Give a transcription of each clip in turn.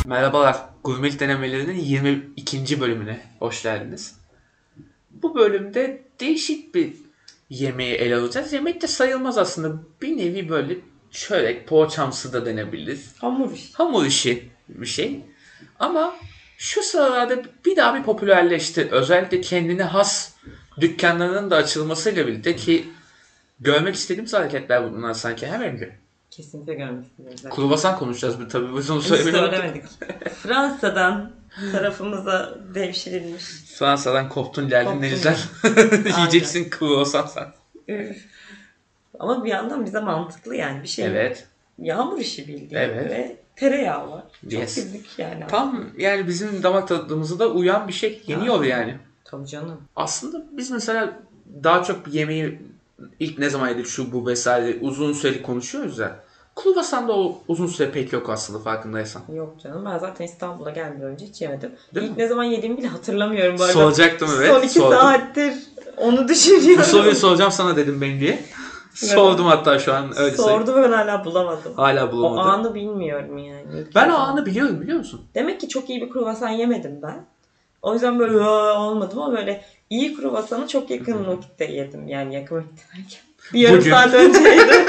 Merhabalar, Gurmelik Denemelerinin 22. bölümüne hoş geldiniz. Bu bölümde değişik bir yemeği ele alacağız. Yemek de sayılmaz aslında. Bir nevi böyle çörek, poğaçamsı da denebilir. Hamur işi. Hamur işi bir şey. Ama şu sıralarda bir popülerleşti. Özellikle kendine has dükkanlarının da açılmasıyla birlikte ki görmek istediğimiz hareketler bunlar sanki hemen gün. Kesinlikle görmek istedim. Kruvasan konuşacağız tabii. Biz onu Hiç söylemedik. söylemedik. Fransa'dan tarafımıza devşirilmiş. Fransa'dan koptun geldin Koptun denizden. Yiyeceksin kruvasan sen. Ama bir yandan bize mantıklı yani bir şey. Evet. Yağmur işi bildiğin Evet. ve tereyağı var. Çok Yes. bildik yani. Tam yani bizim damak tadımıza da uyan bir şey. Yeniyor yani. Tabii canım. Aslında biz mesela daha çok bir yemeği ilk ne zaman yedik şu bu vesaire uzun süreli konuşuyoruz ya. Kruvasanda o uzun süre pek yok aslında farkındaysan. Yok canım, ben zaten İstanbul'a gelmeden önce hiç yemedim. Değil İlk mi? ne zaman yediğimi bile hatırlamıyorum bu arada. Soracaktım evet. Son 2 saattir onu düşünüyorum. Bu soruyu soracağım sana dedim ben diye. Sordum hatta şu an öyle sayayım. Sordum, ben hala bulamadım. Hala bulamadım. O anı bilmiyorum yani. Ben o anı biliyorum biliyor musun? Demek ki çok iyi bir kruvasan yemedim ben. O yüzden böyle olmadım ama böyle iyi kruvasanı çok yakın vakitte yedim. Yani yakın vakitte derken. Bir yarım Bugün. saat önceydi.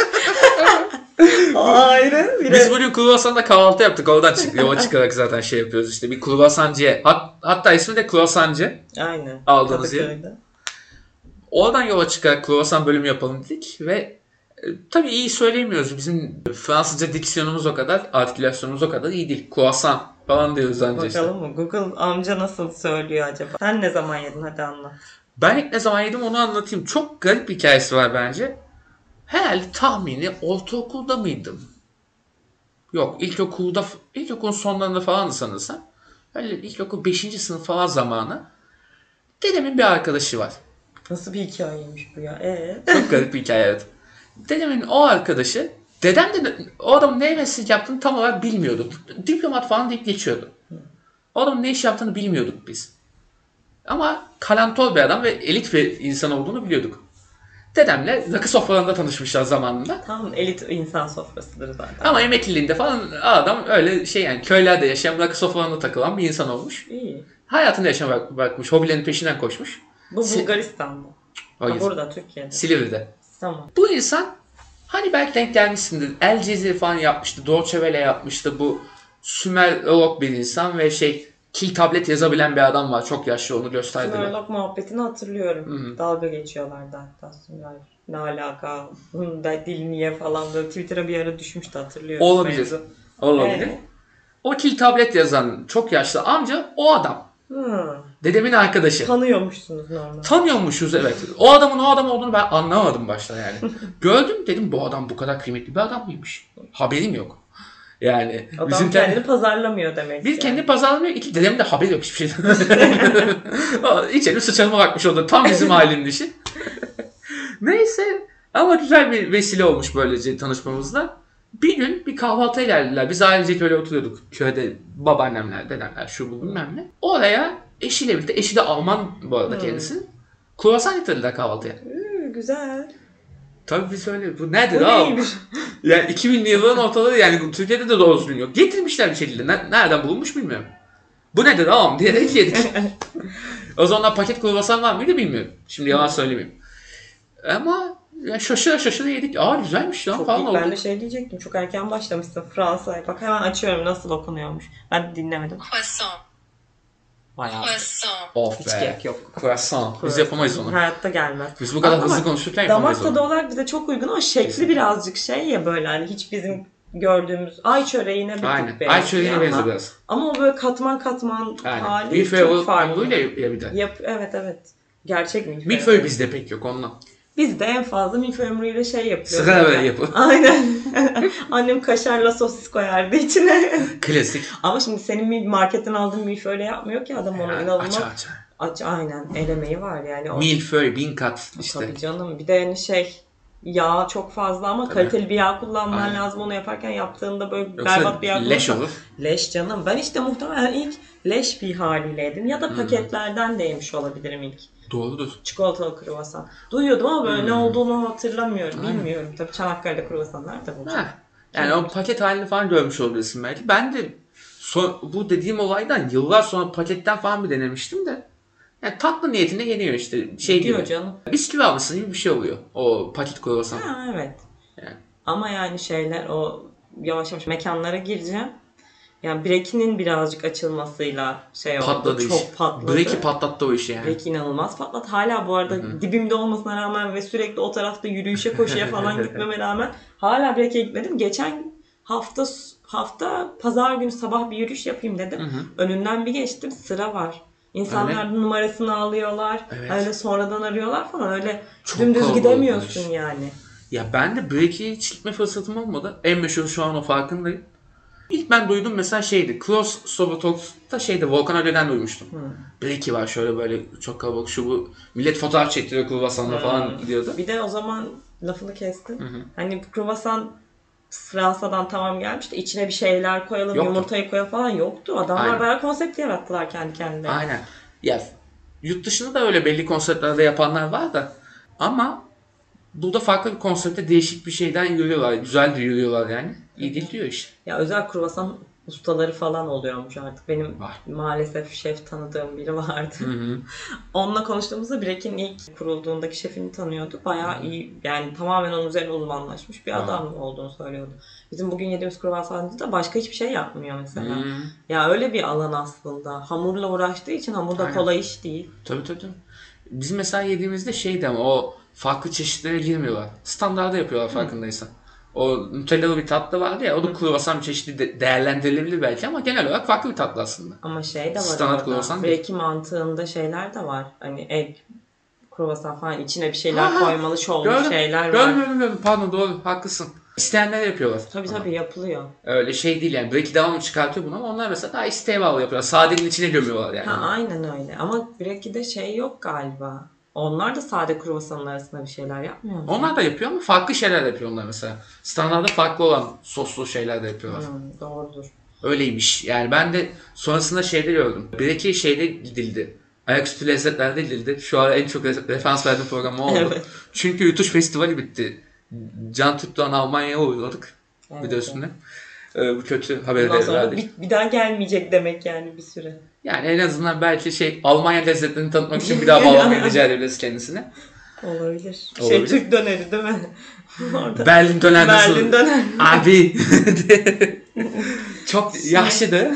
Ayrı. Biz bugün kruvasanda kahvaltı yaptık. Oradan yola çıkarak zaten şey yapıyoruz işte. Bir kruvasancıya. Hatta ismi de kruvasancı. Aynen. Aldığımız yer. Kadıköy'de. Oradan yola çıkarak kruvasan bölümü yapalım dedik. Ve tabii iyi söyleyemiyoruz. Bizim Fransızca diksiyonumuz o kadar, artikülasyonumuz o kadar iyi değil. Kruvasan falan diyoruz anca işte. Bakalım mı? Google amca nasıl söylüyor acaba? Sen ne zaman yedin? Hadi anlat. Ben ilk ne zaman yedim onu anlatayım. Çok garip bir hikayesi var bence. Herhalde tahmini ortaokulda mıydım? Yok, ilkokulun sonlarında falandı sanırsam. Öyle ilkokul 5. sınıf falan zamanı. Dedemin bir arkadaşı var. Nasıl bir hikayeymiş bu ya? Çok garip bir hikaye evet. Dedemin o arkadaşı, dedem de o adamın ne meslek yaptığını tam olarak bilmiyordu. Diplomat falan deyip geçiyordu. O adamın ne iş yaptığını bilmiyorduk biz. Ama kalantor bir adam ve elit bir insan olduğunu biliyorduk. Dedemle rakı sofralarında tanışmışlar zamanında. Tam elit insan sofrasıdır zaten. Ama emekliliğinde falan adam öyle şey yani köylerde yaşayan rakı sofralarında takılan bir insan olmuş. İyi. Hayatını yaşamak bakmış, hobilerin peşinden koşmuş. Bu Bulgaristan'da. Hayır. Burada Türkiye'de. Silivri'de. Tamam. Bu insan hani belki denk gelmişsindir. El Cezire falan yapmıştı. Deutsche Welle yapmıştı. Bu Sümerolog bir insan ve kil tablet yazabilen bir adam var. Çok yaşlı onu gösterdiler. Sümerlok muhabbetini hatırlıyorum. Hı-hı. Dalga geçiyorlardı hatta Sümer. Ne alaka? Bunun da dil niye falan da Twitter'a bir ara düşmüştü, hatırlıyorum. Olabilir. Mevzu. Olabilir. O kil tablet yazan çok yaşlı amca o adam. Hı. Dedemin arkadaşı. Tanıyormuşsunuz normal. Tanıyormuşuz evet. O adamın o adam olduğunu ben anlamadım başta yani. Gördüm dedim bu adam bu kadar kıymetli bir adam mıymış? Haberim yok. Yani Adam bizim kendini pazarlamıyor demek. bir yani. kendi pazarlamıyor. İki dedemin de haberi yok hiçbir şeyden. İçeri sıçanıma bakmış oldu. Tam bizim ailenin işi. Neyse ama güzel bir vesile olmuş böylece tanışmamızda. Bir gün bir kahvaltıya geldiler. Biz ailecek öyle oturuyorduk. Köyde babaannemler, dedemler, şu bu bilmem ne. Oraya eşiyle birlikte, eşi de Alman bu arada kendisi. Kruvasan getirdiler kahvaltıya. Güzel. Tabii biz öyle, bu nedir Bu abi? neymiş? Yani 2000'li yılların ortaları yani Türkiye'de de doğru düzgün yok. Getirmişler bir şekilde. Nereden bulunmuş bilmiyorum. Bu nedir ağam diyerek yedik. O zamanlar paket kruvasan var mıydı bilmiyorum. Şimdi yalan söylemeyeyim. Ama ya şaşıra yedik. Aa güzelmiş lan Çok falan iyi. oldu. Ben de şey diyecektim. Çok erken başlamışsın Fransa'ya. Bak hemen açıyorum nasıl okunuyormuş. Ben dinlemedim. Croissant. Bayağı. Croissant. Of Hiç be. gerek yok. Croissant. Biz yapamayız onu. Hayatta gelmez. Biz bu kadar Ama hızlı konuşurken damak yapamayız tadı onu. olarak bize çok uygun ama şekli Kesinlikle. birazcık şey ya böyle hani hiç bizim gördüğümüz ay çöreğine bir Aynen. tık benziyor. Ay çöreğine benziyor biraz. Ama o böyle katman katman Aynen. hali Milföy çok farklı. hamuruyla ya bir de. Evet. Gerçek milföy. Milföy bizde pek yok onunla. Biz de en fazla milföy hamuruyla şey yapıyoruz. Sigara böyle yapı. Aynen. Annem kaşarla sosis koyardı içine. Klasik. Ama şimdi senin marketten aldığın milföyle yapmıyor ki adam onu inanılmaz. Aç. Aynen. El emeği var yani. O... Milföy, bin kat işte. Tabii canım. Bir de yani yağ çok fazla ama Tabii. kaliteli bir yağ kullanman Aynen. lazım onu yaparken, yaptığında böyle Yoksa berbat bir yağ leş kullanırsan- olur. Leş canım. Ben işte muhtemelen ilk leş bir haliyle yedim. Ya da paketlerden de yemiş olabilirim ilk. Doğrudur. Çikolatalı kruvasan. Duyuyordum ama böyle ne olduğunu hatırlamıyorum. Bilmiyorum. Tabii Çanakkale'de kruvasan nerede bulacağım? Yani o paket halini falan görmüş olabilirsin belki. Ben de bu dediğim olaydan yıllar sonra paketten falan bir denemiştim de. Yani tatlı niyetine yeniyor işte. Şey Diyor gibi. canım. Bisküvi almışsın gibi bir şey oluyor. O paket kruvasan. Ha, evet. Yani. Ama yani şeyler o yavaş yavaş mekanlara gireceğim. Yani Breki'nin birazcık açılmasıyla şey oldu. Patladı çok iş. patladı. Breki patlattı o işi yani. Breki inanılmaz patladı. Hala bu arada dibimde olmasına rağmen ve sürekli o tarafta yürüyüşe koşuya falan gitmeme rağmen hala Breki'ye gitmedim. Geçen hafta pazar günü sabah bir yürüyüş yapayım dedim. Önünden bir geçtim, sıra var. İnsanlar numarasını alıyorlar. Evet. Öyle sonradan arıyorlar falan. Öyle Çok dümdüz gidemiyorsun yani. Ya ben de Breaky'yi hiç gitme fırsatım olmadı. En meşhur şu an o, farkındayım. İlk ben duydum mesela şeydi. Close Sober Talks'ta Volkan Öge'den duymuştum. Breaky var şöyle böyle çok kalabalık şu bu. Millet fotoğraf çektiriyor kruvasanla falan gidiyordu. Bir de o zaman lafını kestim. Hani kruvasan Fransa'dan tamam gelmişti. İçine bir şeyler koyalım, Yoktu. Yumurtayı koyalım falan yoktu. Adamlar Aynen. bayağı konsept yarattılar kendi kendilerine. Aynen. Ya yurt dışında da öyle belli konseptlerde yapanlar var da ama burada farklı bir konsepte değişik bir şeyden yürüyorlar. Güzel de yürüyorlar yani. İyi değil diyor işte. Ya özel kruvasan ustaları falan oluyormuş artık. Benim Var. maalesef şef tanıdığım biri vardı. Onunla konuştuğumuzda Break'in ilk kurulduğundaki şefini tanıyordu. Bayağı iyi, yani tamamen onun üzerine uzmanlaşmış bir adam olduğunu söylüyordu. Bizim bugün yediğimiz kruvasancı da başka hiçbir şey yapmıyor mesela. Ya öyle bir alan aslında. Hamurla uğraştığı için hamur da kolay iş değil. Tabii. Bizim mesela yediğimizde şeydi ama o farklı çeşitlere girmiyorlar. Standarda yapıyorlar farkındaysan. O Nutellalı bir tatlı vardı ya, o da kruvasan bir çeşidi değerlendirilebilir belki ama genel olarak farklı bir tatlı aslında. Ama şey de var Standart orada. Belki mantığında şeyler de var. Hani egg, kruvasan falan içine bir şeyler koymalı, şovlu şeyler var. Görmüyorum. Pardon, doğru, haklısın. İsteyenler yapıyorlar. Tabii yapılıyor. Öyle şey değil yani. Breaky devamlı çıkartıyor bunu ama onlar mesela daha isteğe bağlı yapıyorlar. Sadenin içine gömüyorlar yani. Aynen öyle. Ama Breaky'de şey yok galiba. Onlar da sade kruvasanın arasında bir şeyler yapmıyor mu? Onlar da yapıyor ama farklı şeyler de yapıyor onlar mesela. Standartta farklı olan soslu şeyler de yapıyorlar. Doğrudur. Öyleymiş. Yani ben de sonrasında şeyde gördüm. Breaky şeyde gidildi. Ayaküstü lezzetlerde gidildi. Şu an en çok referans verdiğim program o oldu. Evet. Çünkü Yutuş Festivali bitti. Can Türk'ten Almanya'ya uğurladık. Evet, bir de üstüne. Bu kötü haberi verdik. Ondan sonra bir daha gelmeyecek demek yani bir süre. Yani en azından belki Almanya lezzetlerini tanıtmak için bir daha bağlanmayı rica edebiliriz kendisine. Olabilir. Türk döneri değil mi? Orada. Berlin döner nasıl? Berlin döner. Abi. Çok yaşlıdı.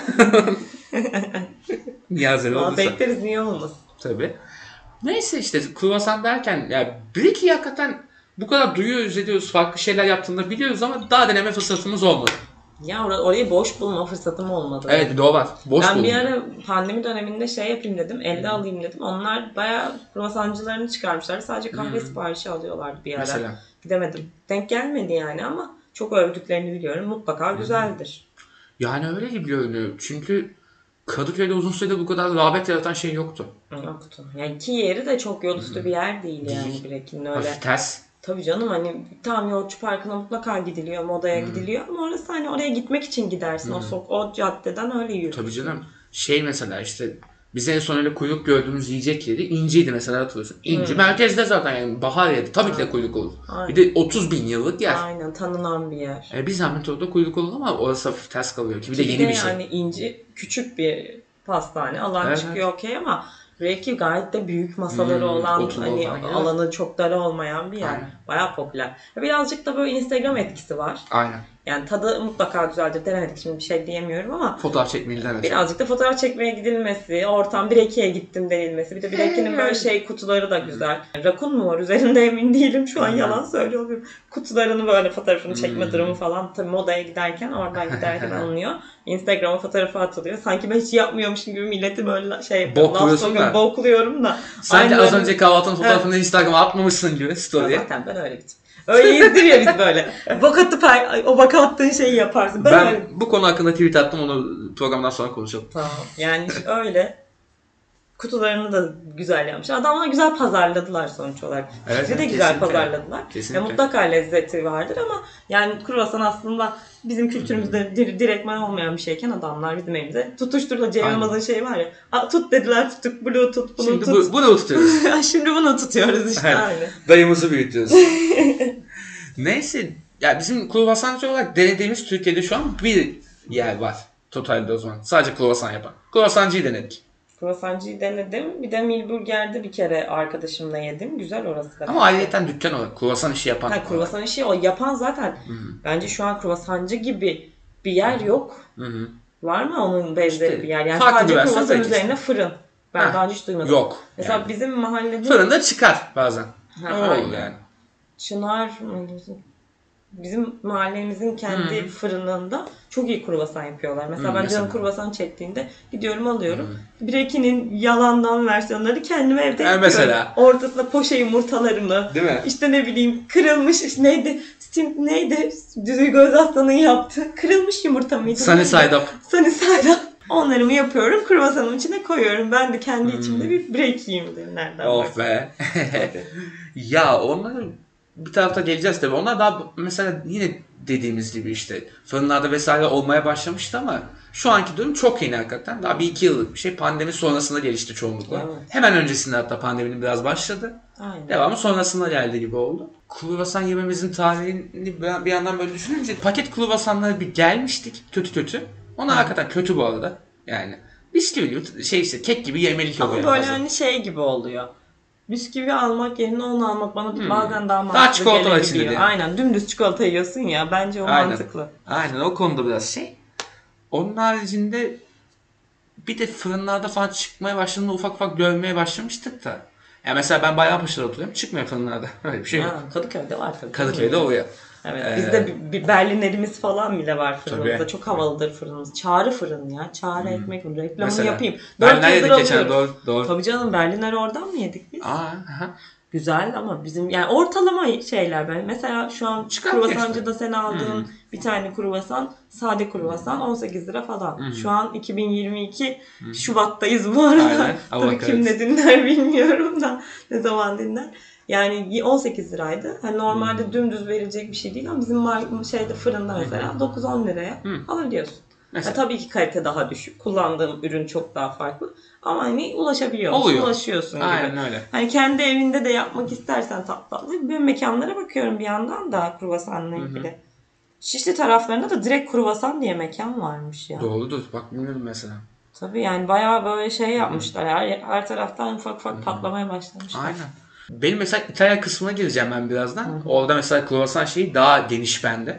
Yazılı olursa. Bekleriz, niye olmasın? Tabii. Neyse işte kruvasan derken ya Breaky'yi hakikaten bu kadar duyuyoruz ediyoruz, farklı şeyler yaptığını biliyoruz ama daha deneme fırsatımız olmadı. Ya orayı boş bulma fırsatım olmadı. Evet, bir de o var. Boş ben buldum. Bir ara pandemi döneminde şey yapayım dedim, elde alayım dedim. Onlar bayağı kruvasancılarını çıkarmışlar. Sadece kahve siparişi alıyorlardı bir ara. Mesela. Gidemedim. Denk gelmedi yani ama çok övdüklerini biliyorum. Mutlaka güzeldir. Yani öyle gibi görünüyor. Çünkü Kadıköy'de uzun süredir bu kadar rağbet yaratan şey yoktu. Yoktu. Yani ki yeri de çok yol üstü bir yer değil yani Breaky'nin öyle. Hafif ters. Tabii canım, hani tam Yoğurtçu Parkı'na mutlaka gidiliyor, Moda'ya gidiliyor ama orası hani oraya gitmek için gidersin. O caddeden öyle yürürsün. Tabii canım. Mesela işte biz en son öyle kuyruk gördüğümüz yiyecek yeri İnci'ydi mesela, hatırlıyorsun. İnci merkezde zaten yani bahar yeri. Tabii ki de kuyruk olur. Bir de 30 bin yıllık yer. Aynen, tanınan bir yer. Bir zahmet orada kuyruk olur ama orası hafif ters kalıyor ki bir de yeni bir şey. Yani İnci küçük bir pastane. Alan çıkıyor okey ama Breaky gayet de büyük masaları olan, hani alanı çok dar olmayan bir yer. Aynen. Bayağı popüler. Birazcık da böyle Instagram etkisi var. Aynen. Yani tadı mutlaka güzeldir. Denemedik, şimdi bir şey diyemiyorum ama. Fotoğraf çekmeliler. Birazcık da fotoğraf çekmeye gidilmesi, ortam Breaky'ye gittim denilmesi. Bir de Breaky'nin böyle kutuları da güzel. Rakun mu var üzerinde emin değilim. Şu an yalan söylüyorum. Kutularını böyle fotoğrafını çekme durumu falan. Tabii Moda'ya giderken, oradan giderken alınıyor. Instagram'a fotoğrafı atılıyor. Sanki ben hiç yapmıyormuşum gibi milleti böyle bokluyorum da. Sanki az önce kahvaltının fotoğrafını Instagram'a atmamışsın gibi story'e. Zaten ben öyle bitim. Öyleyizdir ya biz böyle. O baka attığın şeyi yaparsın. Ben bu konu hakkında tweet attım, onu programdan sonra konuşalım. Tamam. Yani öyle. Kutularını da güzel yapmışlar. Adamlar güzel pazarladılar sonuç olarak. Fikri de güzel pazarladılar. Kesinlikle. Mutlaka lezzeti vardır ama yani kruvasan aslında bizim kültürümüzde direktmen olmayan bir şeyken adamlar bizim elimize tutuşturdu. Cem Yılmaz'ın şeyi var ya. Tut dediler, tuttuk. Bunu tut, bunu Şimdi tut. Bunu tutuyoruz. Şimdi bunu tutuyoruz işte. Aynı. Dayımızı büyütüyoruz. Neyse. Ya bizim kruvasancı olarak denediğimiz Türkiye'de şu an bir yer var. totalde o zaman. Sadece kruvasan yapan. Kruvasancıyı denedik. Kruvasancıyı denedim. Bir de Milburger'de bir kere arkadaşımla yedim. Güzel orası da. Ama ayrıyeten dükkan olarak kruvasan işi yapan. Ha, kruvasan işi o yapan zaten. Bence şu an kruvasancı gibi bir yer yok. Hı-hı. Var mı onun benzeri İşte, bir yer? Yani farklı sadece bir versiyon kruvasan belki. üzerine fırın. Ben daha önce hiç duymadım. Yok. Mesela Yani. bizim mahallede Fırında çıkar bazen. Ha, O olur yani. Çınar bizim mahallemizin kendi fırınında çok iyi kruvasan yapıyorlar. Mesela ben canım kruvasan çektiğinde gidiyorum alıyorum. Breki'nin yalandan versiyonları kendime evde yapıyorum. Mesela. Ortasına poşe yumurtalarımı. Değil mi? İşte ne bileyim kırılmış neydi? Düzü göz aslanın yaptığı. Kırılmış yumurta mıydı? Sunny side up. Sunny side up. Onlarımı yapıyorum. Kruvasanın içine koyuyorum. Ben de kendi içimde bir break yiyeyim dedim. Nereden Of be. Ya onların bir tarafta geleceğiz tabii. Onlar daha mesela yine dediğimiz gibi işte fırınlarda vesaire olmaya başlamıştı ama şu anki durum çok yeni hakikaten. Daha bir iki yıllık bir şey. Pandemi sonrasında gelişti çoğunlukla. Evet. Hemen öncesinde hatta pandeminin biraz başladı. Aynen. Devamı sonrasında geldi gibi oldu. Kruvasan yememizin tarihini bir yandan böyle düşününce paket kruvasanlara bir gelmiştik. Kötü. Onlar hakikaten kötü bu arada. Yani bisküvi gibi şey işte kek gibi yemelik oluyor. Ama böyle hani şey gibi oluyor. Bisküvi almak yerine onu almak bana bazen daha mantıklı daha çikolata gelebiliyor. Aynen dümdüz çikolata yiyorsun ya bence o mantıklı. Aynen o konuda biraz şey. Onun haricinde bir de fırınlarda falan çıkmaya başladığında ufak görmeye başlamıştık da. Yani mesela ben Bayrampaşa'da oturuyorum. Çıkmıyor fırınlarda. Öyle bir şey yok. Kadıköy'de var tabii. Kadıköy'de oluyor. Evet. Bizde bir Berlinerimiz falan bile var fırınımızda. Tabii. Çok havalıdır fırınımız. Çağrı fırın ya. Çağrı ekmek mi? Reklamını mesela, yapayım. Berliner yedik geçen doğru. Tabii canım Berliner oradan mı yedik biz? Aha. Güzel ama bizim yani ortalama şeyler ben. Mesela şu an kruvasancıda sen aldığın bir tane kruvasan, sade kruvasan 18 lira falan. Şu an 2022 Şubat'tayız bu arada. Aynen. Tabii kim ne dinler bilmiyorum da ne zaman dinler. Yani 18 liraydı. Hani normalde dümdüz verilecek bir şey değil ama bizim fırında mesela 9-10 liraya alabiliyorsun. Tabii ki kalite daha düşük. Kullandığım ürün çok daha farklı. Ama hani ulaşıyorsun gibi. Aynen öyle. Hani kendi evinde de yapmak istersen tatlı. Bir mekanlara bakıyorum bir yandan da kruvasanla ilgili. Şişli taraflarında da direkt kruvasan diye mekan varmış ya. Doğrudur. Bak bilmiyorum mesela. Tabii yani bayağı böyle şey yapmışlar. Her taraftan ufak patlamaya başlamışlar. Aynen. Benim mesela İtalya kısmına gireceğim ben birazdan. Orada mesela kruvasan şeyi daha geniş bende.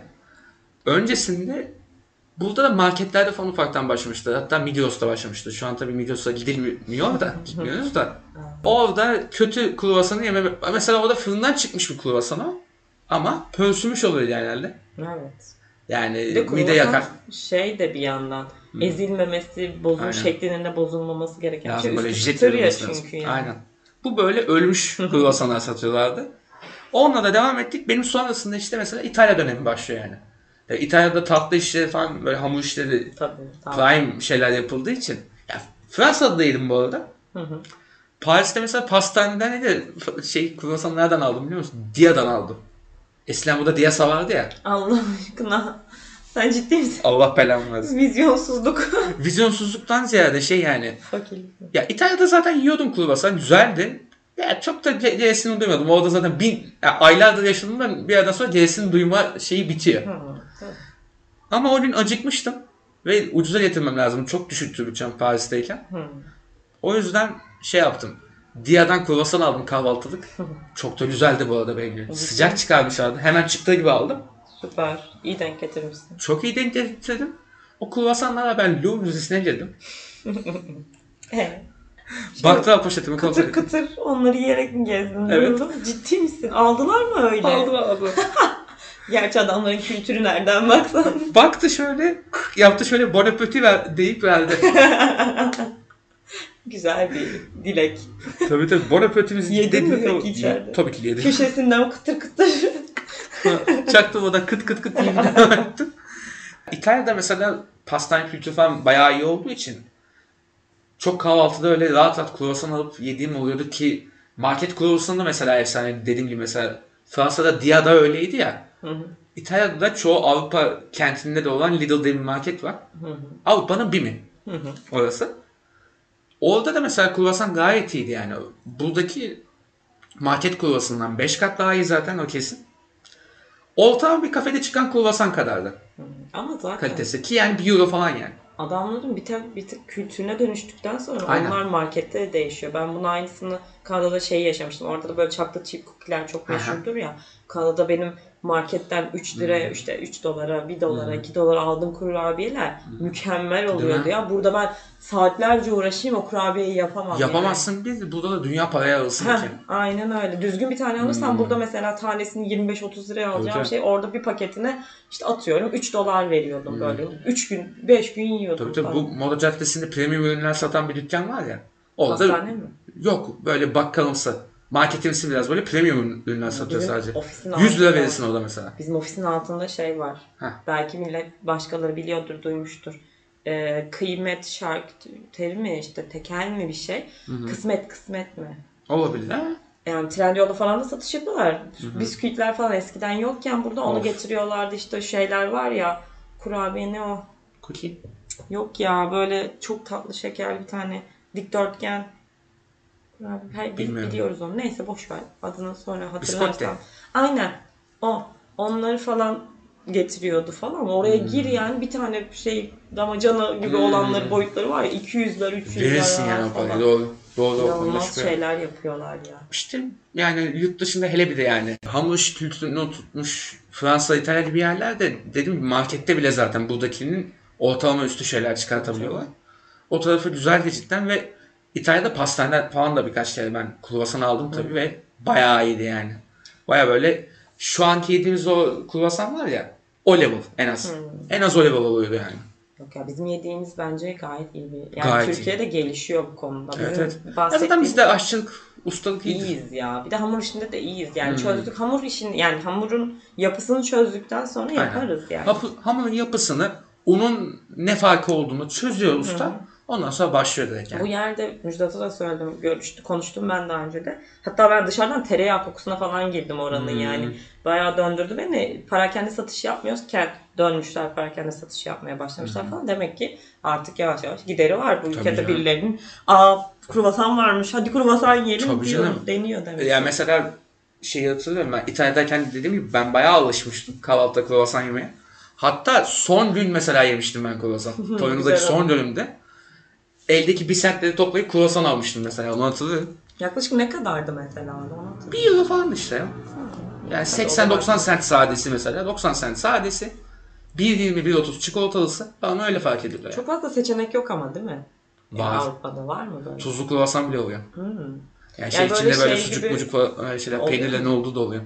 Öncesinde burada da marketlerde falan ufaktan başlamıştı. Hatta Migros'ta başlamıştı. Şu an tabii Migros'a gidilmiyor da. Gitmiyoruz da. Orada kötü kruvasanı yememe... Mesela orada fırından çıkmış bir kruvasan o. Ama pörsümüş oluyor genelde. Evet. Yani mide yakar. Şey de bir yandan ezilmemesi, şeklinin de bozulmaması gereken yani şey. Böyle Çıtır ya çünkü yani. Aynen. Bu böyle ölmüş kruvasanlar satıyorlardı. Onunla da devam ettik. Benim sonrasında işte mesela İtalya dönemi başlıyor yani. İtalya'da tatlı işleri falan böyle hamur işleri prime şeyler yapıldığı için. Yani Fransa'da değilim bu arada. Paris'te mesela pastaneden kruvasan nereden aldım biliyor musun? Dia'dan aldım. Eskiden burada Dia'sa vardı ya. Allah aşkına. Sen ciddi misin? Allah belamı versin. Vizyonsuzluk. Vizyonsuzluktan ziyade şey yani. Fakirlik. Ya İtalya'da zaten yiyordum kruvasan. Güzeldi. Ya çok da gerisini duymadım. Orada zaten aylardır yaşadım da bir yerden sonra gerisini duyma şeyi bitiyor. Ama o gün acıkmıştım. Ve ucuza getirmem lazım. Çok düşüktü bütçem Paris'teyken. O yüzden şey yaptım. Dia'dan kruvasan aldım kahvaltılık. Çok da güzeldi bu arada benim. Sıcak çıkarmışlardı. Hemen çıktığı gibi aldım. Süper. İyi denk getirmişsin. Çok iyi denk getirdim. O kruvasanlarla ben Louvre Müzesi'ne girdim. Baklava poşetimi kontrol ettim. Kıtır onları yiyerek mi gezdin? Evet. Ciddi misin? Aldılar mı öyle? Aldı. Gerçi adamların kültürü nereden baksan. Baktı şöyle, yaptı şöyle bon appetit deyip verdi. Güzel bir dilek. Tabii bon appetit'imiz yedin mi peki içeride? Tabii ki yedim. Köşesinden kıtır. Çaktım o da kıt yiyip devam ettim. İtalya'da mesela pastane kültürü falan bayağı iyi olduğu için çok kahvaltıda öyle rahat kruvasan alıp yediğim oluyordu ki market kruvasanı da mesela efsane dediğim gibi mesela Fransa'da Dia'da öyleydi ya. İtalya'da da çoğu Avrupa kentinde de olan Lidl diye bir market var. Avrupa'nın BİM'i orası. Orada da mesela kruvasan gayet iyiydi yani. Buradaki market kruvasanından 5 kat daha iyi zaten o kesin. Ortalama bir kafede çıkan kruvasan kadardı. Ama zaten. Kalitesi ki yani €1 falan yani. adamların bir tık kültürüne dönüştükten sonra Aynen. onlar markette de değişiyor. Ben bunun aynısını Kanada'da yaşamıştım. Orada da böyle chocolate chip cookie'ler çok meşhurdur ya. Kanada'da benim marketten 3 liraya işte 3 dolara, 1 dolara, 2 dolara aldığım kurabiyeler mükemmel oluyordu ya. Burada ben saatlerce uğraşayım o kurabiyeyi yapamam. Yapamazsın yani. Burada da dünya paraya alırsın ki. Aynen öyle. Düzgün bir tane alırsan burada mesela tanesini 25-30 liraya alacağım şey orada bir paketine işte atıyorum 3 dolar veriyordum böyle. 3 gün, 5 gün yiyordum. Tabii bu Moda Caddesi'nde premium ürünler satan bir dükkan var ya. Orada hastane mi? Yok böyle bakkalımsı. Marketimsi biraz böyle premium ürünler satıyor sadece. 100 lira verirsin orada mesela. Bizim ofisin altında var. Belki millet başkaları biliyordur, duymuştur. Kıymet şarküteri mi işte tekel mi bir şey. Hı-hı. Kısmet mi? Olabilir ha? Yani Trendyol'da falan da satış yapıyorlar. Hı-hı. Bisküvitler falan eskiden yokken burada onu getiriyorlardı işte şeyler var ya. Kurabiye ne o? Cookie? Yok ya böyle çok tatlı şeker bir tane dikdörtgen. Biliyoruz onu. Neyse boş ver. Adını sonra hatırlarsam. Aynen. Onları falan getiriyordu falan. Oraya gir yani bir tane damacana gibi olanları boyutları var ya 200'ler 300'ler verirsin yani falan. Doğru. İnanılmaz şeyler yapıyorlar ya. İşte yani yurt dışında hele bir de yani hamur işi kültürünü tutmuş Fransa, İtalya gibi yerlerde dedim markette bile zaten buradakinin ortalama üstü şeyler çıkartabiliyorlar. O tarafı güzeldi cidden ve İtalya'da pastaneler falan da birkaç kere ben kruvasan aldım tabii ve bayağı iyiydi yani. Bayağı böyle şu anki yediğimiz o kruvasan var ya o level en az. En az o level oluyordu yani. Yok ya bizim yediğimiz bence gayet iyi bir. Yani Türkiye'de gelişiyor bu konuda. Evet. Zaten bizde aşçılık, ustalık iyiyiz ya. Bir de hamur işinde de iyiyiz. Yani çözdük hamur işini yani hamurun yapısını çözdükten sonra yaparız yani. Hamurun yapısını, unun ne farkı olduğunu çözüyor usta. Ondan sonra başlıyor direkt yani. Bu yerde Müjdat'a da söyledim, konuştum ben daha önce de. Hatta ben dışarıdan tereyağı kokusuna falan girdim oranın yani. Bayağı döndürdü beni. Parakende satış yapmıyorken dönmüşler parakende satış yapmaya başlamışlar falan. Demek ki artık yavaş yavaş gideri var bu ülkede birilerinin. Kruvasan varmış hadi kruvasan yiyelim diyor, deniyor demek. Yani mesela hatırlıyorum ben İtalya'dayken dediğim gibi ben bayağı alışmıştım kahvaltıda kruvasan yemeye. Hatta son gün mesela yemiştim ben kruvasan. Torino'daki son dönümde. Eldeki bir centleri toplayıp kruvasan almıştım mesela. Onu hatırlıyorum. Yaklaşık ne kadardı mesela? 1 euro falan işte ya. Yani 80-90 cent sadesi mesela. 90 cent sadesi. 1.20-1.30 çikolatalısı falan öyle fark ediliyor. Çok fazla seçenek yok ama değil mi? Var. Avrupa'da var mı böyle? Tuzlu kruvasan bile oluyor. Yani içinde böyle sucuk mucuk şeyler, peynirlerin olduğu da oluyor.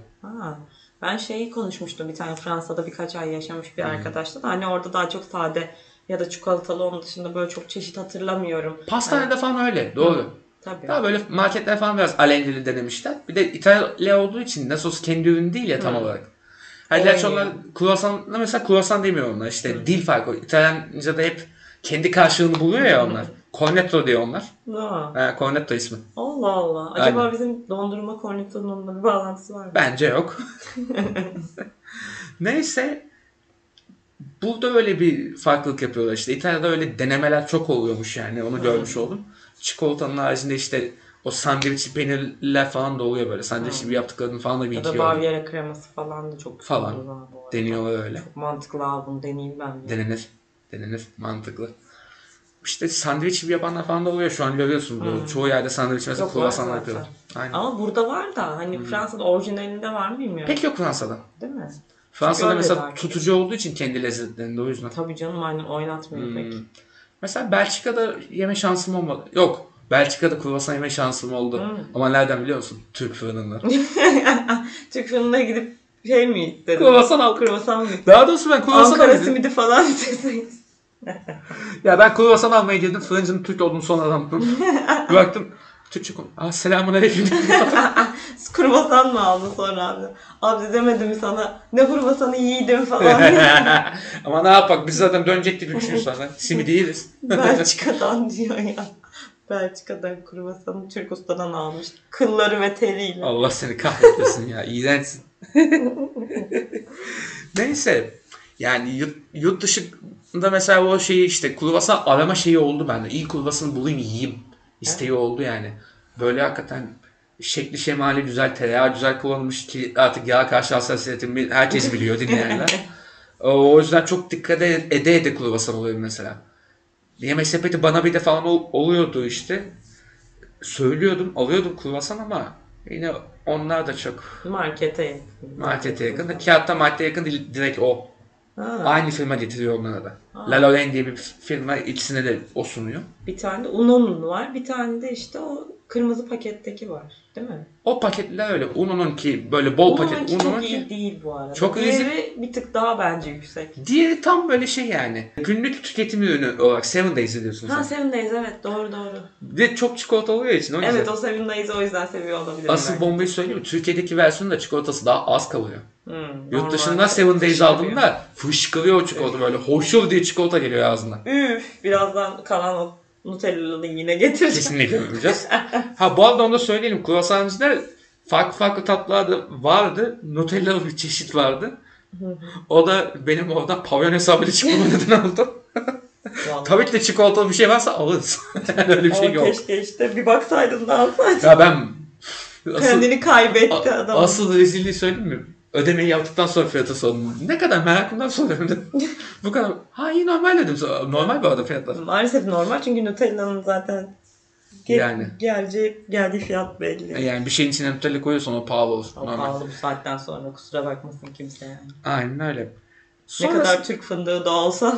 Ben konuşmuştum bir tane Fransa'da birkaç ay yaşamış bir arkadaşla da hani orada daha çok sade ya da çikolatalı onun dışında böyle çok çeşit hatırlamıyorum. Pastanede falan öyle doğru. Tabii. Daha böyle marketler falan biraz alengili denemişler. Bir de İtalya olduğu için nasıl olsa kendi ürünü değil ya tam olarak. Gerçi onlar kruvasanla mesela kruvasan demiyor onlar işte dil farkı. İtalyanca'da hep kendi karşılığını buluyor ya onlar. Cornetto diyor onlar. Cornetto ismi. Allah Allah. Acaba bizim dondurma cornetto'nun onunla bir bağlantısı var mı? Bence yok. Neyse. Burada öyle bir farklılık yapıyorlar işte. İtalya'da öyle denemeler çok oluyormuş yani. Onu görmüş oldum. Çikolatanın haricinde işte o sandviç peynirler falan da oluyor böyle. Sandviç gibi yaptıklarını falan da bir ya da Bavyera kreması falan da çok falan deniyorlar öyle. Çok mantıklı abi bunu deneyeyim ben. Denenir. Mantıklı. İşte sandviç gibi yapanlar falan da oluyor şu an görüyorsun. Çoğu yerde sandviç mesela kruvasanlar yapıyorlar. Aynen. Ama burada var da hani Fransa'da orijinalinde var mı bilmiyorum. Pek yok Fransa'da. Değil mi? Fransa'da mesela tutucu olduğu için kendi lezzetlerinde o yüzden. Tabii canım aynen oynatmıyor pek. Mesela Belçika'da yeme şansım olmadı. Yok. Belçika'da kruvasan yeme şansım oldu. Ama nereden biliyor musun? Türk fırınında. Türk fırınına gidip mi istedin? Kruvasan al. Kruvasan mı? Daha doğrusu ben kruvasan Ankara simidi falan isteseyiz. Ya ben kruvasan almaya girdim. Fırıncının Türk olduğunu sonradan baktım. Türkçe konu. Selamünaleyküm. Kruvasan mı aldın sonra abi? Abi demedim sana ne kruvasanı yiydim falan. Ama ne yapak biz zaten dönecektik 3 gün sonra. Simidi yeriz. Belçika'dan diyor ya. Belçika'dan kruvasanı Türk ustadan almış. Kılları ve teriyle. Allah seni kahretmesin ya. İğrençsin. Neyse. Yani yurt dışında mesela o işte kruvasan arama oldu bende. İlk kruvasanı bulayım yiyeyim. İsteği oldu yani. Böyle hakikaten şekli şemali güzel, tereyağı güzel kullanılmış ki artık yağ karşı hassasiyetimi herkes biliyor dinleyenler. O yüzden çok dikkat ede kruvasan oluyor mesela. Yemek sepeti bana bir de falan oluyordu işte. Söylüyordum, alıyordum kruvasan ama yine onlar da çok markete yakın. Ki hatta markete yakın değil, direkt o. Ha. Aynı firma getiriyor onlara da. Ha. La La Land diye bir firma, ikisine de o sunuyor. Bir tane de Uno'nun var. Bir tane de işte o kırmızı paketteki var. Değil mi? O paketler öyle. Uno'nun ki böyle bol paket. Uno'nunki çok iyi değil bu arada. Çok iyi. Diğeri bir tık daha bence yüksek. Diğeri tam böyle şey yani. Günlük tüketim ürünü olarak Seven Days'i diyorsun sen. Ha Seven Days evet doğru. Ve çok çikolata oluyor için o yüzden. Evet o Seven Days'i o yüzden seviyor olabilirim. Asıl bombayı söyleyeyim mi? Türkiye'deki versiyonun da çikolatası daha az kalıyor. Yurt dışından Normal. Seven Days aldığımda fışkırıyor o çikolata böyle. Hoşur diye çikolata geliyor ağzına. Üf birazdan kalan o Nutella'nın yine getireceğim. Kesinlikle göreceğiz. Ha bu arada onu da söyleyelim. Kruvasancıda farklı tatlar da vardı. Nutella'lı bir çeşit vardı. O da benim orada pavyon hesabıyla çıkmama neden oldu. Tabii ki de çikolatalı bir şey varsa alırız. Yani öyle bir şey yok. Keşke işte bir baksaydın da alsaydın. Ya ben kendini kaybetti adam. Asıl rezilliği söyleyeyim mi? Ödemeyi yaptıktan sonra fiyatı sordum. Ne kadar merakımdan soruyorum. Bu kadar. Ha iyi normal dedim. Normal bu arada fiyatlar. Maalesef normal çünkü Nutella'nın zaten geldiği fiyat belli. Yani bir şeyin içine Nutella koyuyorsan o pahalı olur. O pahalı bu saatten sonra kusura bakmasın kimse yani. Aynen öyle. Ne kadar Türk fındığı da olsa.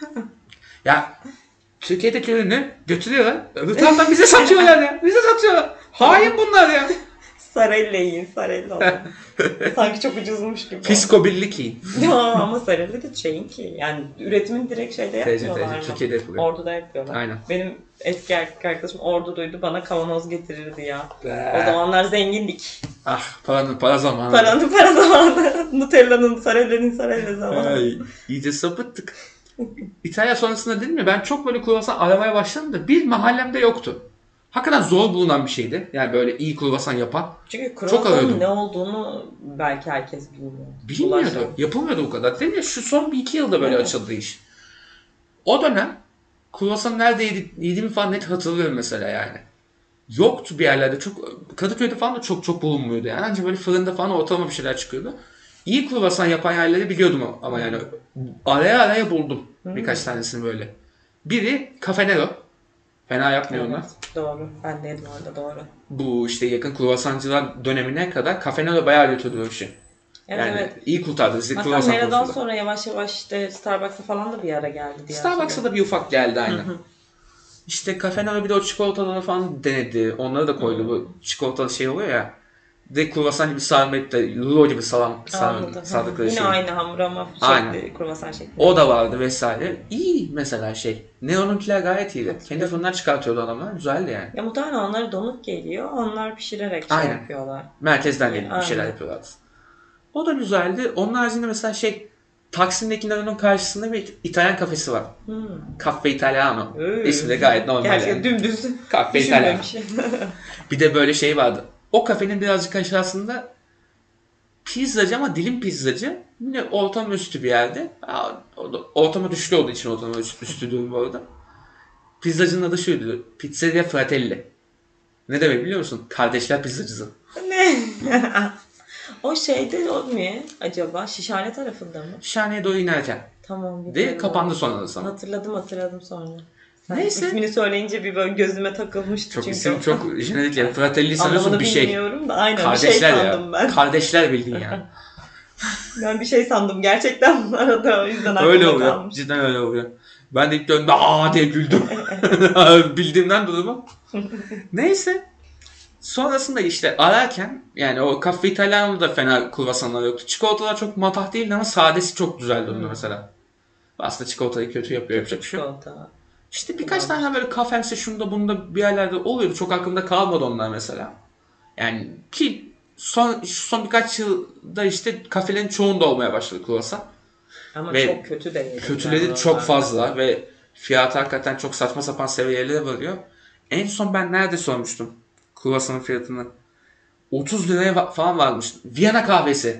Ya Türkiye'deki ürünü götürüyorlar. Öbür taraftan bize satıyorlar ya. Bize satıyorlar. Hain bunlar ya. Sarella yiyin. Sarella olun. Sanki çok ucuzmuş gibi. Fisko birlik yiyin. Ama Sarella da şeyin ki. Yani üretimin direkt şeyde yapmıyorlar. Türkiye'de yapılıyor. Ordu'da yapıyorlar. Aynen. Benim eski erkek arkadaşım Ordu'duydu. Bana kavanoz getirirdi ya. O zamanlar zengindik. Ah para zamanı. Para zamanı. Nutella'nın, Sarella zamanı. Ay, iyice sapıttık. İtalya sonrasında dedim ya ben çok böyle kruvasan aramaya başladım da bir mahallemde yoktu. Hakikaten zor bulunan bir şeydi. Yani böyle iyi kruvasan yapan. Çünkü kruvasanın ne olduğunu belki herkes bilmiyor. Bilmiyordu. Yapılmıyordu bu kadar. Değil mi? Şu son 1-2 yılda böyle açıldı iş. O dönem kruvasan nerede yediğimi falan net hatırlıyorum mesela yani. Yoktu bir yerlerde. Çok Kadıköy'de falan da çok bulunmuyordu yani. Ancak böyle fırında falan ortalama bir şeyler çıkıyordu. İyi kruvasan yapan yerleri biliyordum ama yani araya buldum birkaç tanesini böyle. Biri Caffè Nero. Fena yapmıyor onlar. Doğru. Ben de yedim orada doğru. Bu işte yakın kruvasancılar dönemine kadar Caffè Nero bayağı götürdü o işi. Evet. İyi kurtardı. Hatta Nero'dan sonra yavaş işte Starbucks'a falan da bir ara geldi diye. Starbucks'a da bir ufak geldi aynen. İşte Caffè Nero bir de o çikolataları falan denedi. Onları da koydu. Bu çikolatalı şey oluyor ya. De kruvasan gibi sarmayıp da rulo gibi sardıkları şey. Yine aynı hamur ama şekli, kruvasan şekli. O da vardı vesaire. İyi mesela şey. Neon'unkiler gayet iyiydi. Kendi fırından çıkartıyordu adamlar. Güzeldi yani. Ya muhtemelen onları donuk geliyor. Onlar pişirerek yapıyorlar. Merkezden gelip bir şeyler yapıyorlardı. O da güzeldi. Onun haricinde mesela Taksim'deki Neon'un karşısında bir İtalyan kafesi var. Caffè Italiano. İsmi de gayet normal. Gerçekten dümdüz. Caffè Italiano. Bir de böyle şey vardı. O kafenin birazcık aşağısında pizzacı ama dilim pizzacı. Yine ortam üstü bir yerde. Ortama düştü olduğu için ortama üstü diyorum bu arada. Pizzacının adı şuydu. Pizzeria Fratelli. Ne demek biliyor musun? Kardeşler pizzacısı. Ne? O şeyde o mu acaba? Şişhane tarafında mı? Şişhaneye doğru inerken. Tamam. Değil kapandı sonra sana. Hatırladım sonra. Neyse. İsmini söyleyince bir böyle gözüme takılmıştı çok çünkü. İsim çok jenerik yani. Fratelli sanıyorsun bir şey. Bilmiyorum da aynen kardeşler bir şey sandım ben. Kardeşler bildin yani. Ben bir şey sandım gerçekten arada o yüzden aklımda öyle oluyor. kalmış. Cidden öyle oluyor. Ben de ilk döndüm diye güldüm. Bildiğimden durumu. Neyse. Sonrasında işte ararken yani o Caffè Italiano'da da fena kruvasanlar yoktu. Çikolatalar çok matah değildi ama sadesi çok güzeldi onun mesela. Aslında çikolatayı kötü yapıyor. Yapacak bir şey yok. İşte birkaç tane böyle kafemsi şunda bunda bir yerlerde oluyordu. Çok aklımda kalmadı onlar mesela. Yani ki son birkaç yılda işte kafelerin çoğunda olmaya başladı kruvasan. Ama ve çok kötü de. Kötüleri çok fazla ve fiyatı hakikaten çok saçma sapan seviyelere varıyor. En son ben nerede sormuştum kruvasanın fiyatını? 30 liraya falan varmış. Viyana kahvesi.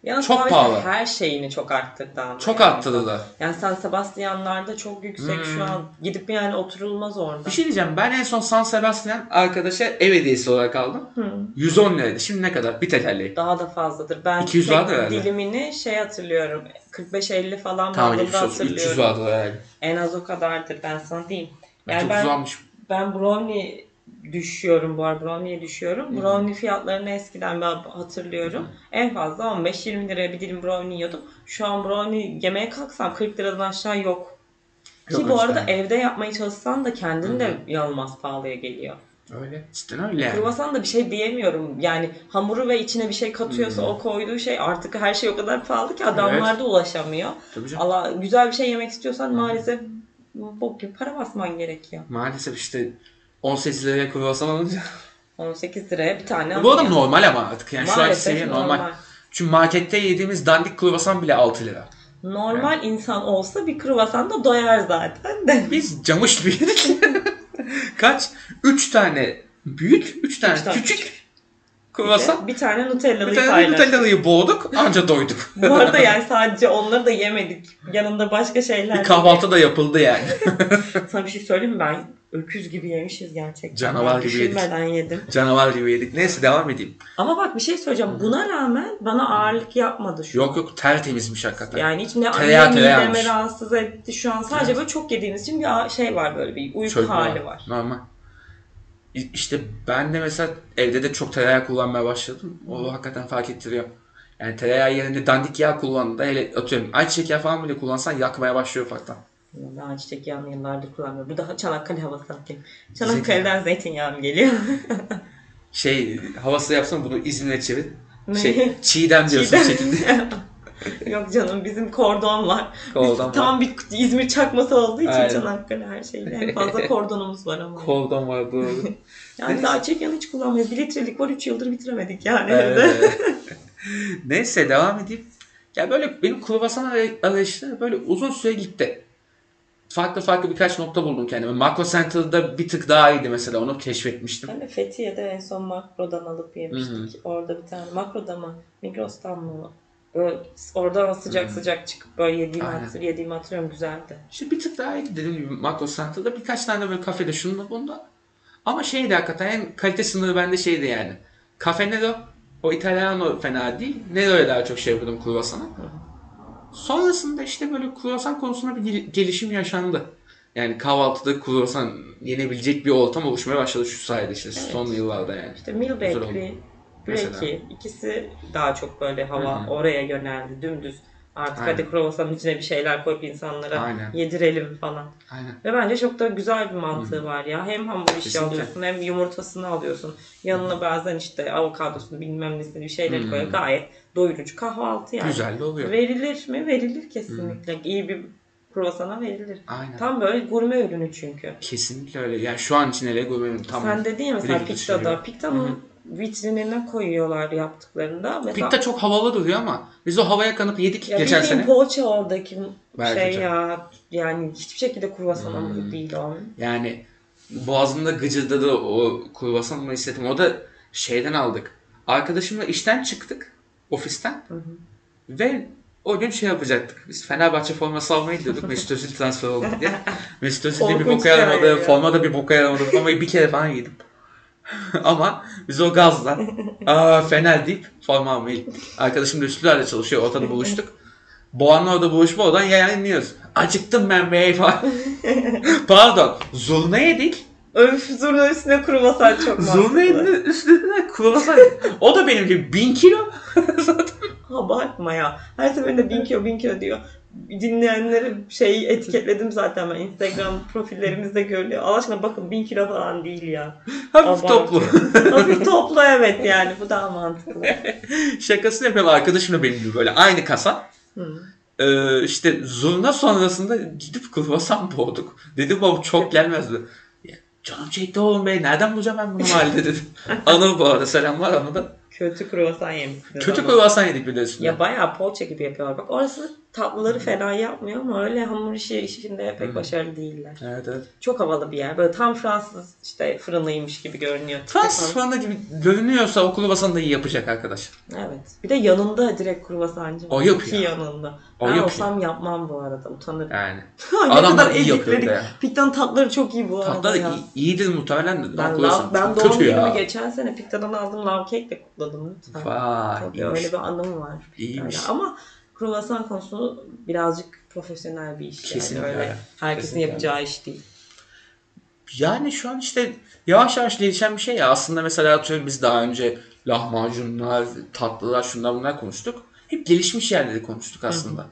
Yalnız Çok pahalı. her şeyini çok arttırdı ama. Çok yani. arttırdılar. Yani San Sebastian'larda çok yüksek şu an. Gidip yani oturulmaz orada. Bir şey diyeceğim. Ben en son San Sebastian arkadaşa ev hediyesi olarak aldım. 110 liraydı. Şimdi ne kadar? Bir tekerleği. Daha da fazladır. Ben 200 vardır herhalde. dilimini hatırlıyorum. 45-50 falan Tamam, bandında hatırlıyorum. 300 vardır herhalde. En az o kadardır ben sana diyeyim. Yani çok güzelmiş. Ben brownie düşüyorum bu arada. Brownie'ye düşüyorum. Brownie fiyatlarını eskiden ben hatırlıyorum. En fazla 15-20 liraya bir dilim brownie yiyordum. Şu an brownie yemeye kalksam 40 liradan aşağı yok. Ki bu arada evde yapmaya çalışsan da kendin de yanılmaz pahalıya geliyor. Öyle. Cidden öyle yani. Kruvasan da bir şey diyemiyorum. Yani hamuru ve içine bir şey katıyorsa o koyduğu şey artık her şey o kadar pahalı ki adamlar da ulaşamıyor. Allah güzel bir şey yemek istiyorsan maalesef bok gibi para basman gerekiyor. Maalesef işte 18 liraya kruvasan alınca. 18 liraya bir tane Bu arada normal ama artık yani maalesef şu anki seviye normal. Çünkü markette yediğimiz dandik kruvasan bile 6 lira. Normal insan olsa bir kruvasan da doyar zaten de. Biz camış gibi yedik. Kaç? 3 tane büyük, 3 tane küçük kruvasan. Bir tane Nutella'lıyı paylaştık. Nutella'yı boğduk, anca doyduk. Bu arada yani sadece onları da yemedik. Yanında başka şeyler. Bir kahvaltı da yapıldı yani. Sana bir şey söyleyeyim mi? Ben öküz gibi yemişiz gerçekten. Canavar gibi yedik. Düşünmeden yedim. Canavar gibi yedik. Neyse devam edeyim. Ama bak bir şey söyleyeceğim. Buna rağmen bana ağırlık yapmadı şu an. Yok tertemizmiş hakikaten. Yani hiç ne midemi rahatsız etti şu an. Sadece böyle çok yediğimiz için bir şey var, böyle bir uyku çok hali var. Normal. İşte ben de mesela evde de çok tereyağı kullanmaya başladım. O hakikaten fark ettiriyor. Yani tereyağı yerine dandik yağ kullandığında, hele atıyorum ayçiçek yağı falan bile kullansan yakmaya başlıyor ufaktan. Ben ayçiçek yağını yıllardır kullanmıyorum. Bu daha Çanakkale havası atayım. Çanakkale'den zeytinyağım geliyor. Havası yapsana bunu İzmir'e çevir. Çiğdem diyorsun şekilde. Yok canım, bizim kordon var. Kordon tam bir İzmir çakması olduğu için aynen. Çanakkale her şeyde. En fazla kordonumuz var ama. Kordon var, doğru. Yani daha ayçiçek hiç kullanmıyoruz. 1 litrelik var, 3 yıldır bitiremedik yani evde. Neyse devam edeyim. Ya böyle benim kruvasan arayışları böyle uzun süre gitti. Farklı birkaç nokta buldum kendime. Makro Center'da bir tık daha iyiydi mesela, onu keşfetmiştim. Ben de Fethiye'de en son Makro'dan alıp yemiştik. Orada bir tane Makro'da mı? Migros'tan mı? Böyle oradan sıcak çıkıp böyle yediğimi hatırlıyorum, güzeldi. İşte bir tık daha iyi dediğim gibi Makro Center'da birkaç tane böyle kafede şunda bunda. Ama hakikaten en kalite sınırı bende şeydi yani. Cafe Nero, o İtalyano fena değil. Nero'ya daha çok yapıyordum kruvasana. Sonrasında işte böyle kruvasan konusunda bir gelişim yaşandı. Yani kahvaltıda kruvasan yenebilecek bir ortam oluşmaya başladı şu sayede işte son yıllarda yani. İşte Mill Bakery, Breaky, ikisi daha çok böyle hava oraya yöneldi, dümdüz. Artık hadi kruvasanın içine bir şeyler koyup insanlara yedirelim falan. Aynen. Ve bence çok da güzel bir mantığı var ya. Hem hamur işi alıyorsun, hem yumurtasını alıyorsun. Yanına bazen işte avokadosunu bilmem nesini bir şeyleri koyuyor. Gayet doyurucu kahvaltı yani. Güzel de oluyor. Verilir mi? Verilir kesinlikle. İyi bir kruvasana verilir. Aynen. Tam böyle gurme ürünü çünkü. Kesinlikle öyle. Yani şu an için hele gurme ürünü tam. Sen dedin ya mesela Pikta'da. Pikta'nın vitrinine koyuyorlar yaptıklarında. Mesela, Pikta çok havalı duruyor ama biz o havaya kanıp yedik geçen sene. Poğaça oradaki Belki ya yani hiçbir şekilde kruvasan hamuru değil o. Yani boğazımda gıcırdadı o kruvasan mı hissettim. O da şeyden aldık. Arkadaşımla işten çıktık, ofisten. Ve o gün yapacaktık. Biz Fenerbahçe forması almaya gidiyorduk. Mesut Özil transfer oldu diye. Mesut Özil'de bir boka yaramadı. Formada bir boka yaramadı. Formayı bir kere falan yedim. Ama biz o gazla Fener deyip forma almaya gittik. Arkadaşım da Üstüler'de çalışıyor. Ortada buluştuk. Boğan'la orada buluşma, oradan yayınlıyoruz. Acıktım ben be falan. Pardon. Zurna yedik. Zurna üstüne kruvasan çok mantıklı. Zurna üstüne kruvasan. O da benim gibi 1000 kilo. Zaten. Abartma ya. Her seferinde 1000 kilo diyor. Dinleyenleri etiketledim zaten ben. Instagram profillerimizde görülüyor. Allah aşkına bakın 1000 kilo falan değil ya. Hafif toplu. Hafif toplu evet yani. Bu daha mantıklı. Şakasını yapıyorum arkadaşımla benim gibi böyle. Aynı kasa. İşte zurna sonrasında gidip kruvasan boğduk. Dedim o çok gelmezdi. Canım çekti oğlum bey. Nereden bulacağım ben bunu mahallede dedim. Anıl bu arada, selamlar Anıl'a. Kötü kruvasan yemişsiniz. Kötü kruvasan yedik bir de üstüne. Ya bayağı poğaça gibi yapıyorlar. Bak orası tatlıları fena yapmıyor ama öyle hamur işinde pek başarılı değiller. Evet evet. Çok havalı bir yer. Böyle tam Fransız işte fırınıymış gibi görünüyor. Fransız fırında gibi görünüyorsa o kruvasanı da iyi yapacak arkadaş. Evet. Bir de yanında direkt kruvasancı var. O yapıyor. İki yanında. O Ben yapıyor. olsam yapmam bu arada. Utanırım. Yani. Ne Adamlar kadar iyi yapıyor ezikleri. ya. Pizza'nın tatları çok iyi bu arada Tatları ya. iyidir muhtemelen de. Ben doğum günümü geçen sene Pizza'dan aldığım love cake de kutladım lütfen. Vay, Tabii öyle bir anım var. İyiymiş. Öyle. Ama kruvasan konusu birazcık profesyonel bir iş. Kesinlikle yani. Öyle herkesin Kesinlikle yapacağı iş değil. Yani şu an işte yavaş yavaş gelişen bir şey ya. Aslında mesela atıyorum biz daha önce lahmacunlar, tatlılar, şunlar bunlar konuştuk. Hep gelişmiş yerleri konuştuk aslında.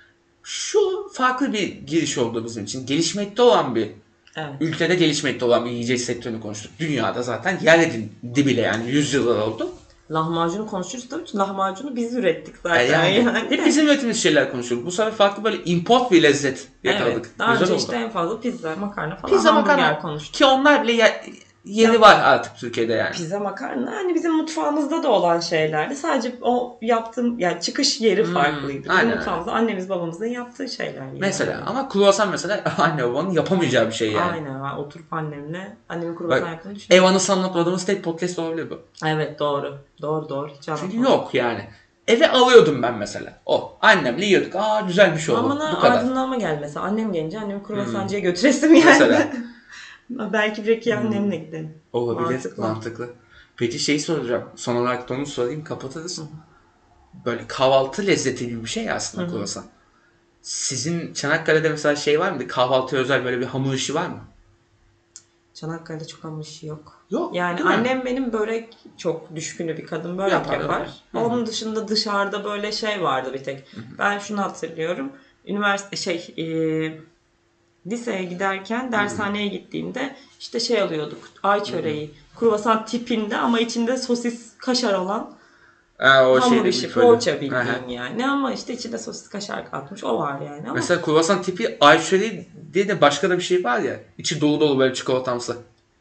Şu farklı bir giriş oldu bizim için. Gelişmekte olan bir ülkede gelişmekte olan bir yiyecek sektörünü konuştuk. Dünyada zaten yer edindi bile yani 100 yıllar oldu. Lahmacunu konuşuruz tabii ki. Lahmacunu biz ürettik zaten. Yani. Hep bizim ürettiğimiz şeyler konuşuyoruz. Bu sefer farklı böyle import bir lezzet yakaladık. Evet. Daha Güzel önce oldu. işte en fazla pizza, makarna falan Pizza, hamburger makarna konuştuk. ki onlar bile yeri var artık Türkiye'de yani. Pizza, makarna hani bizim mutfağımızda da olan şeylerdi. Sadece o yaptığım yani çıkış yeri farklıydı. Bizim mutfağımızda annemiz babamızın yaptığı şeyler. Mesela yani. Ama kruvasan mesela anne babanın yapamayacağı bir şey yani. Aynen. Ben oturup annemin kruvasan yaptığını düşünüyorum. Ev anısı anlatmadığımız tek podcast olabilir bu. Evet doğru. Hiç Çünkü yok yani. Eve alıyordum ben mesela. Annemle yiyorduk. Güzel bir şey oldu. Ama bu kadar. aydınlanma geldi mesela. Annem gelince annemi kruvasancıya götüresim yani. Mesela. Belki bir annemle gidelim. Olabilir. Mantıklı. Peki soracağım. Son olarak da onu sorayım. Kapatırız. Böyle kahvaltı lezzeti gibi bir şey aslında kruvasan. Sizin Çanakkale'de mesela var mı? Kahvaltıya özel böyle bir hamur işi var mı? Çanakkale'de çok hamur işi yok. Yok. Yani annem benim börek çok düşkünü bir kadın. Börek yapar. Onun dışında dışarıda böyle vardı bir tek. Ben şunu hatırlıyorum. Liseye giderken dershaneye gittiğimde işte alıyorduk. Ay çöreği. Kruvasan tipinde ama içinde sosis kaşar olan hamur işi. Poğaça bildiğin yani. Ama işte içinde sosis kaşar katmış. O var yani. Ama mesela kruvasan tipi ay çöreği diye de başka da bir şey var ya. İçi dolu dolu böyle çikolatamsı.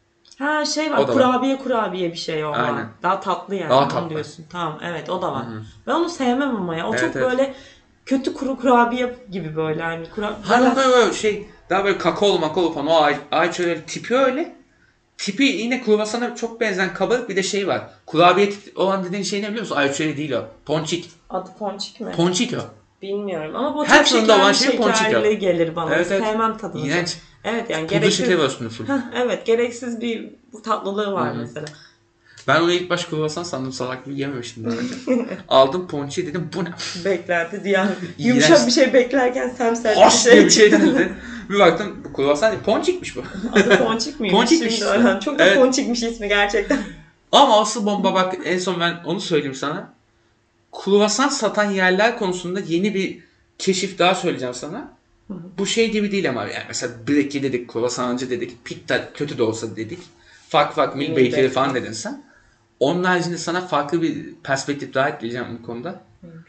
var. Kurabiye bir şey o Aynen. var. Daha tatlı yani. Daha tatlı. Diyorsun. Tamam evet o da var. Ben onu sevmem ama ya. O çok böyle kötü kurabiye gibi böyle. Yani böyle daha böyle kakaolu falan. O ay çöreği tipi öyle. Tipi yine kruvasana çok benzeyen kabarık bir de var. Kurabiye olan dediğin şey ne biliyor musun? Ay çöreği değil o. Ponçik. Adı ponçik mi? Ponçik o. Bilmiyorum ama bu her çok şekerli gelir bana. Evet. Sevmem tadını. İğrenç. Evet yani gereksiz. Evet gereksiz bir tatlılığı var mesela. Ben onu ilk baş kruvasan sandım, salak gibi yememiştim daha önce. Aldım ponçiği, dedim bu ne? Beklenti yani yumuşak bir şey beklerken semsert bir şey. Hoş bir şey denildi. Bir baktım bu kruvasan değil, ponçikmiş bu. Adı ponçik miymiş? Ponçikmiş. Çok da ponçikmiş ismi gerçekten. Ama asıl bomba bak, en son ben onu söyleyeyim sana. Kruvasan satan yerler konusunda yeni bir keşif daha söyleyeceğim sana. Bu gibi değil ama yani mesela breki dedik, kruvasancı dedik, pita kötü de olsa dedik. Farklı Mill Bakery falan dedin sen. Onun haricinde sana farklı bir perspektif daha ekleyeceğim bu konuda.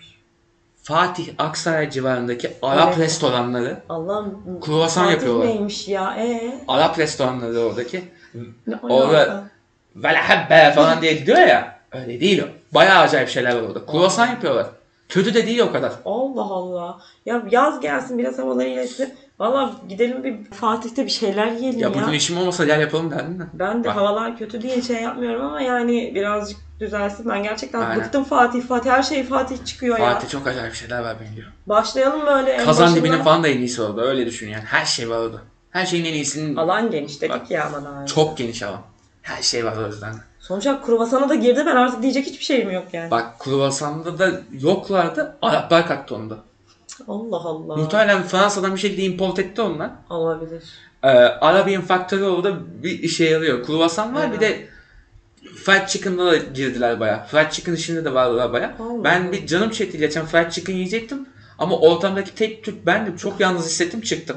Fatih Aksaray civarındaki Arap restoranları kruvasan yapıyorlar. Fatih neymiş ya? Arap restoranları oradaki. Orada velhabbe falan diye gidiyor ya. Öyle değil o. Bayağı acayip şeyler var orada. Kruvasan yapıyorlar. Kötü de değil o kadar. Allah Allah. Ya yaz gelsin biraz havalar iyileşsin. Valla gidelim bir Fatih'te bir şeyler yiyelim ya. Ya bugün işim olmasa gel yapalım derdin mi? Ben de havalar kötü diye yapmıyorum ama yani birazcık düzelsin. Ben gerçekten bıktım Fatih. Her şey Fatih çıkıyor ya. Fatih çok acayip şeyler var benim diyor. Başlayalım böyle en Kazan dibinin falan da en iyisi orada. Öyle düşün yani. Her şey var orada. Her şeyin en iyisinin... Alan geniş dedik ya ama daha önce. Çok geniş alan. Her şey var o yüzden. Sonuçta kruvasana da girdi, ben artık diyecek hiçbir şeyim yok yani. Bak kruvasanda da yoklardı. Araplar kattı onda. Allah Allah. Muhtemelen Fransa'dan bir şekilde import etti onlar. Olabilir. Arabian Factory orada bir işe yarıyor. Kruvasan var, bir de fried chicken'da da girdiler bayağı. Fried chicken işinde de varlar bayağı. Ben bir canım çekti geçen fried chicken yiyecektim. Ama ortamdaki tek Türk bendim. Çok yalnız hissettim, çıktım.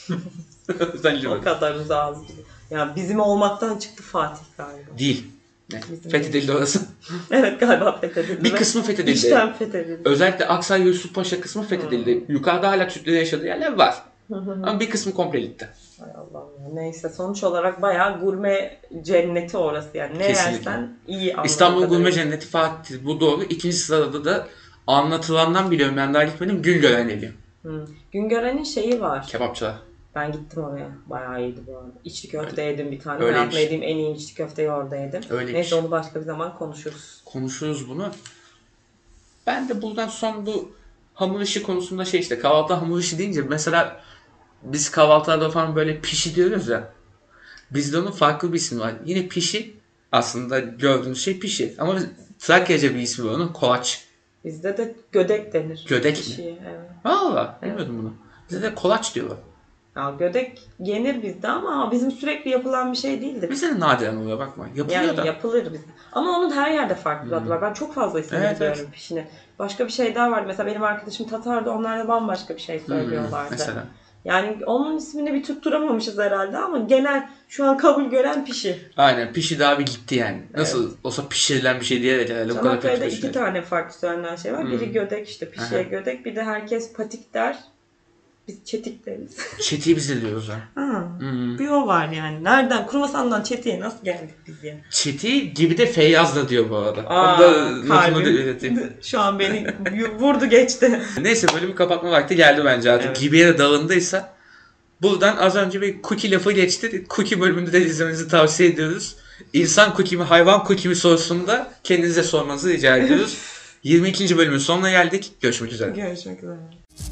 O kadarınız az gibi. Yani bizim olmaktan çıktı Fatih galiba. Değil. Fethedildi orası. Evet galiba fethedildi. Bir kısmı fethedildi. İçten fethedildi. Özellikle Aksaray Yusuf Paşa kısmı fethedildi. Yukarıda hala Türklerin yaşadığı yerler var. Ama bir kısmı komple gitti. Hay Allah'ım ya. Neyse sonuç olarak bayağı gurme cenneti orası yani. Ne yersen iyi. İstanbul Gurme Cenneti Fatih, bu doğru. İkinci sırada da anlatılandan biliyorum, ben daha gitmedim, Güngören evi. Güngören'in şeyi var. Kebapçılar. Ben gittim oraya. Bayağı iyiydi bu arada. İçli köfte yedim bir tane. Öyleymiş. Hayatımda yediğim en iyi içli köfteyi orada yedim. Öyleymiş. Neyse onu başka bir zaman konuşuruz. Konuşuruz bunu. Ben de buradan son bu hamur işi konusunda işte kahvaltıda hamur işi deyince mesela biz kahvaltılarda falan böyle pişi diyoruz ya. Bizde onun farklı bir ismi var. Yine pişi aslında gördüğünüz şey pişi. Ama Trakyaca bir ismi var onun, kolaç. Bizde de gödek denir. Gödek Pişiye, mi? evet. Valla bilmiyordum bunu. Bizde de kolaç diyorlar. Ya gödek yenir bizde ama bizim sürekli yapılan bir şey değildir. Bizde de nadiren oluyor bakma. Yapılıyor Yani da. yapılır bizde. Ama onun her yerde farklı bir adı var. Ben çok fazla isim biliyorum pişini. Başka bir şey daha var. Mesela benim arkadaşım Tatar'da, onlar da bambaşka bir şey söylüyorlardı. Mesela. Yani onun ismini bir tutturamamışız herhalde ama genel şu an kabul gören pişi. Aynen, pişi daha bir gitti yani. Nasıl olsa pişirilen bir şey diyerek herhalde. Çanakkale'de 2 tane farklı söylenen şey var. Biri gödek, işte pişiye Aha. gödek. Bir de herkes patik der. Biz çetik deriz. Çetiği biz de diyoruz ha. Bir o var yani. Nereden? Kruvasan'dan çetiğe nasıl geldik biz ya? Çetiği gibi de Feyyaz da diyor bu arada. Kalbim. Şu an beni vurdu geçti. Neyse, bölümü kapatma vakti geldi bence artık. Evet. Gibi'ye de dağındıysa buradan az önce bir cookie lafı geçti. Cookie bölümünde de izlemenizi tavsiye ediyoruz. İnsan cookie mi, hayvan cookie mi sorusunda kendinize sormanızı rica ediyoruz. 22. bölümün sonuna geldik. Görüşmek üzere. Görüşmek üzere.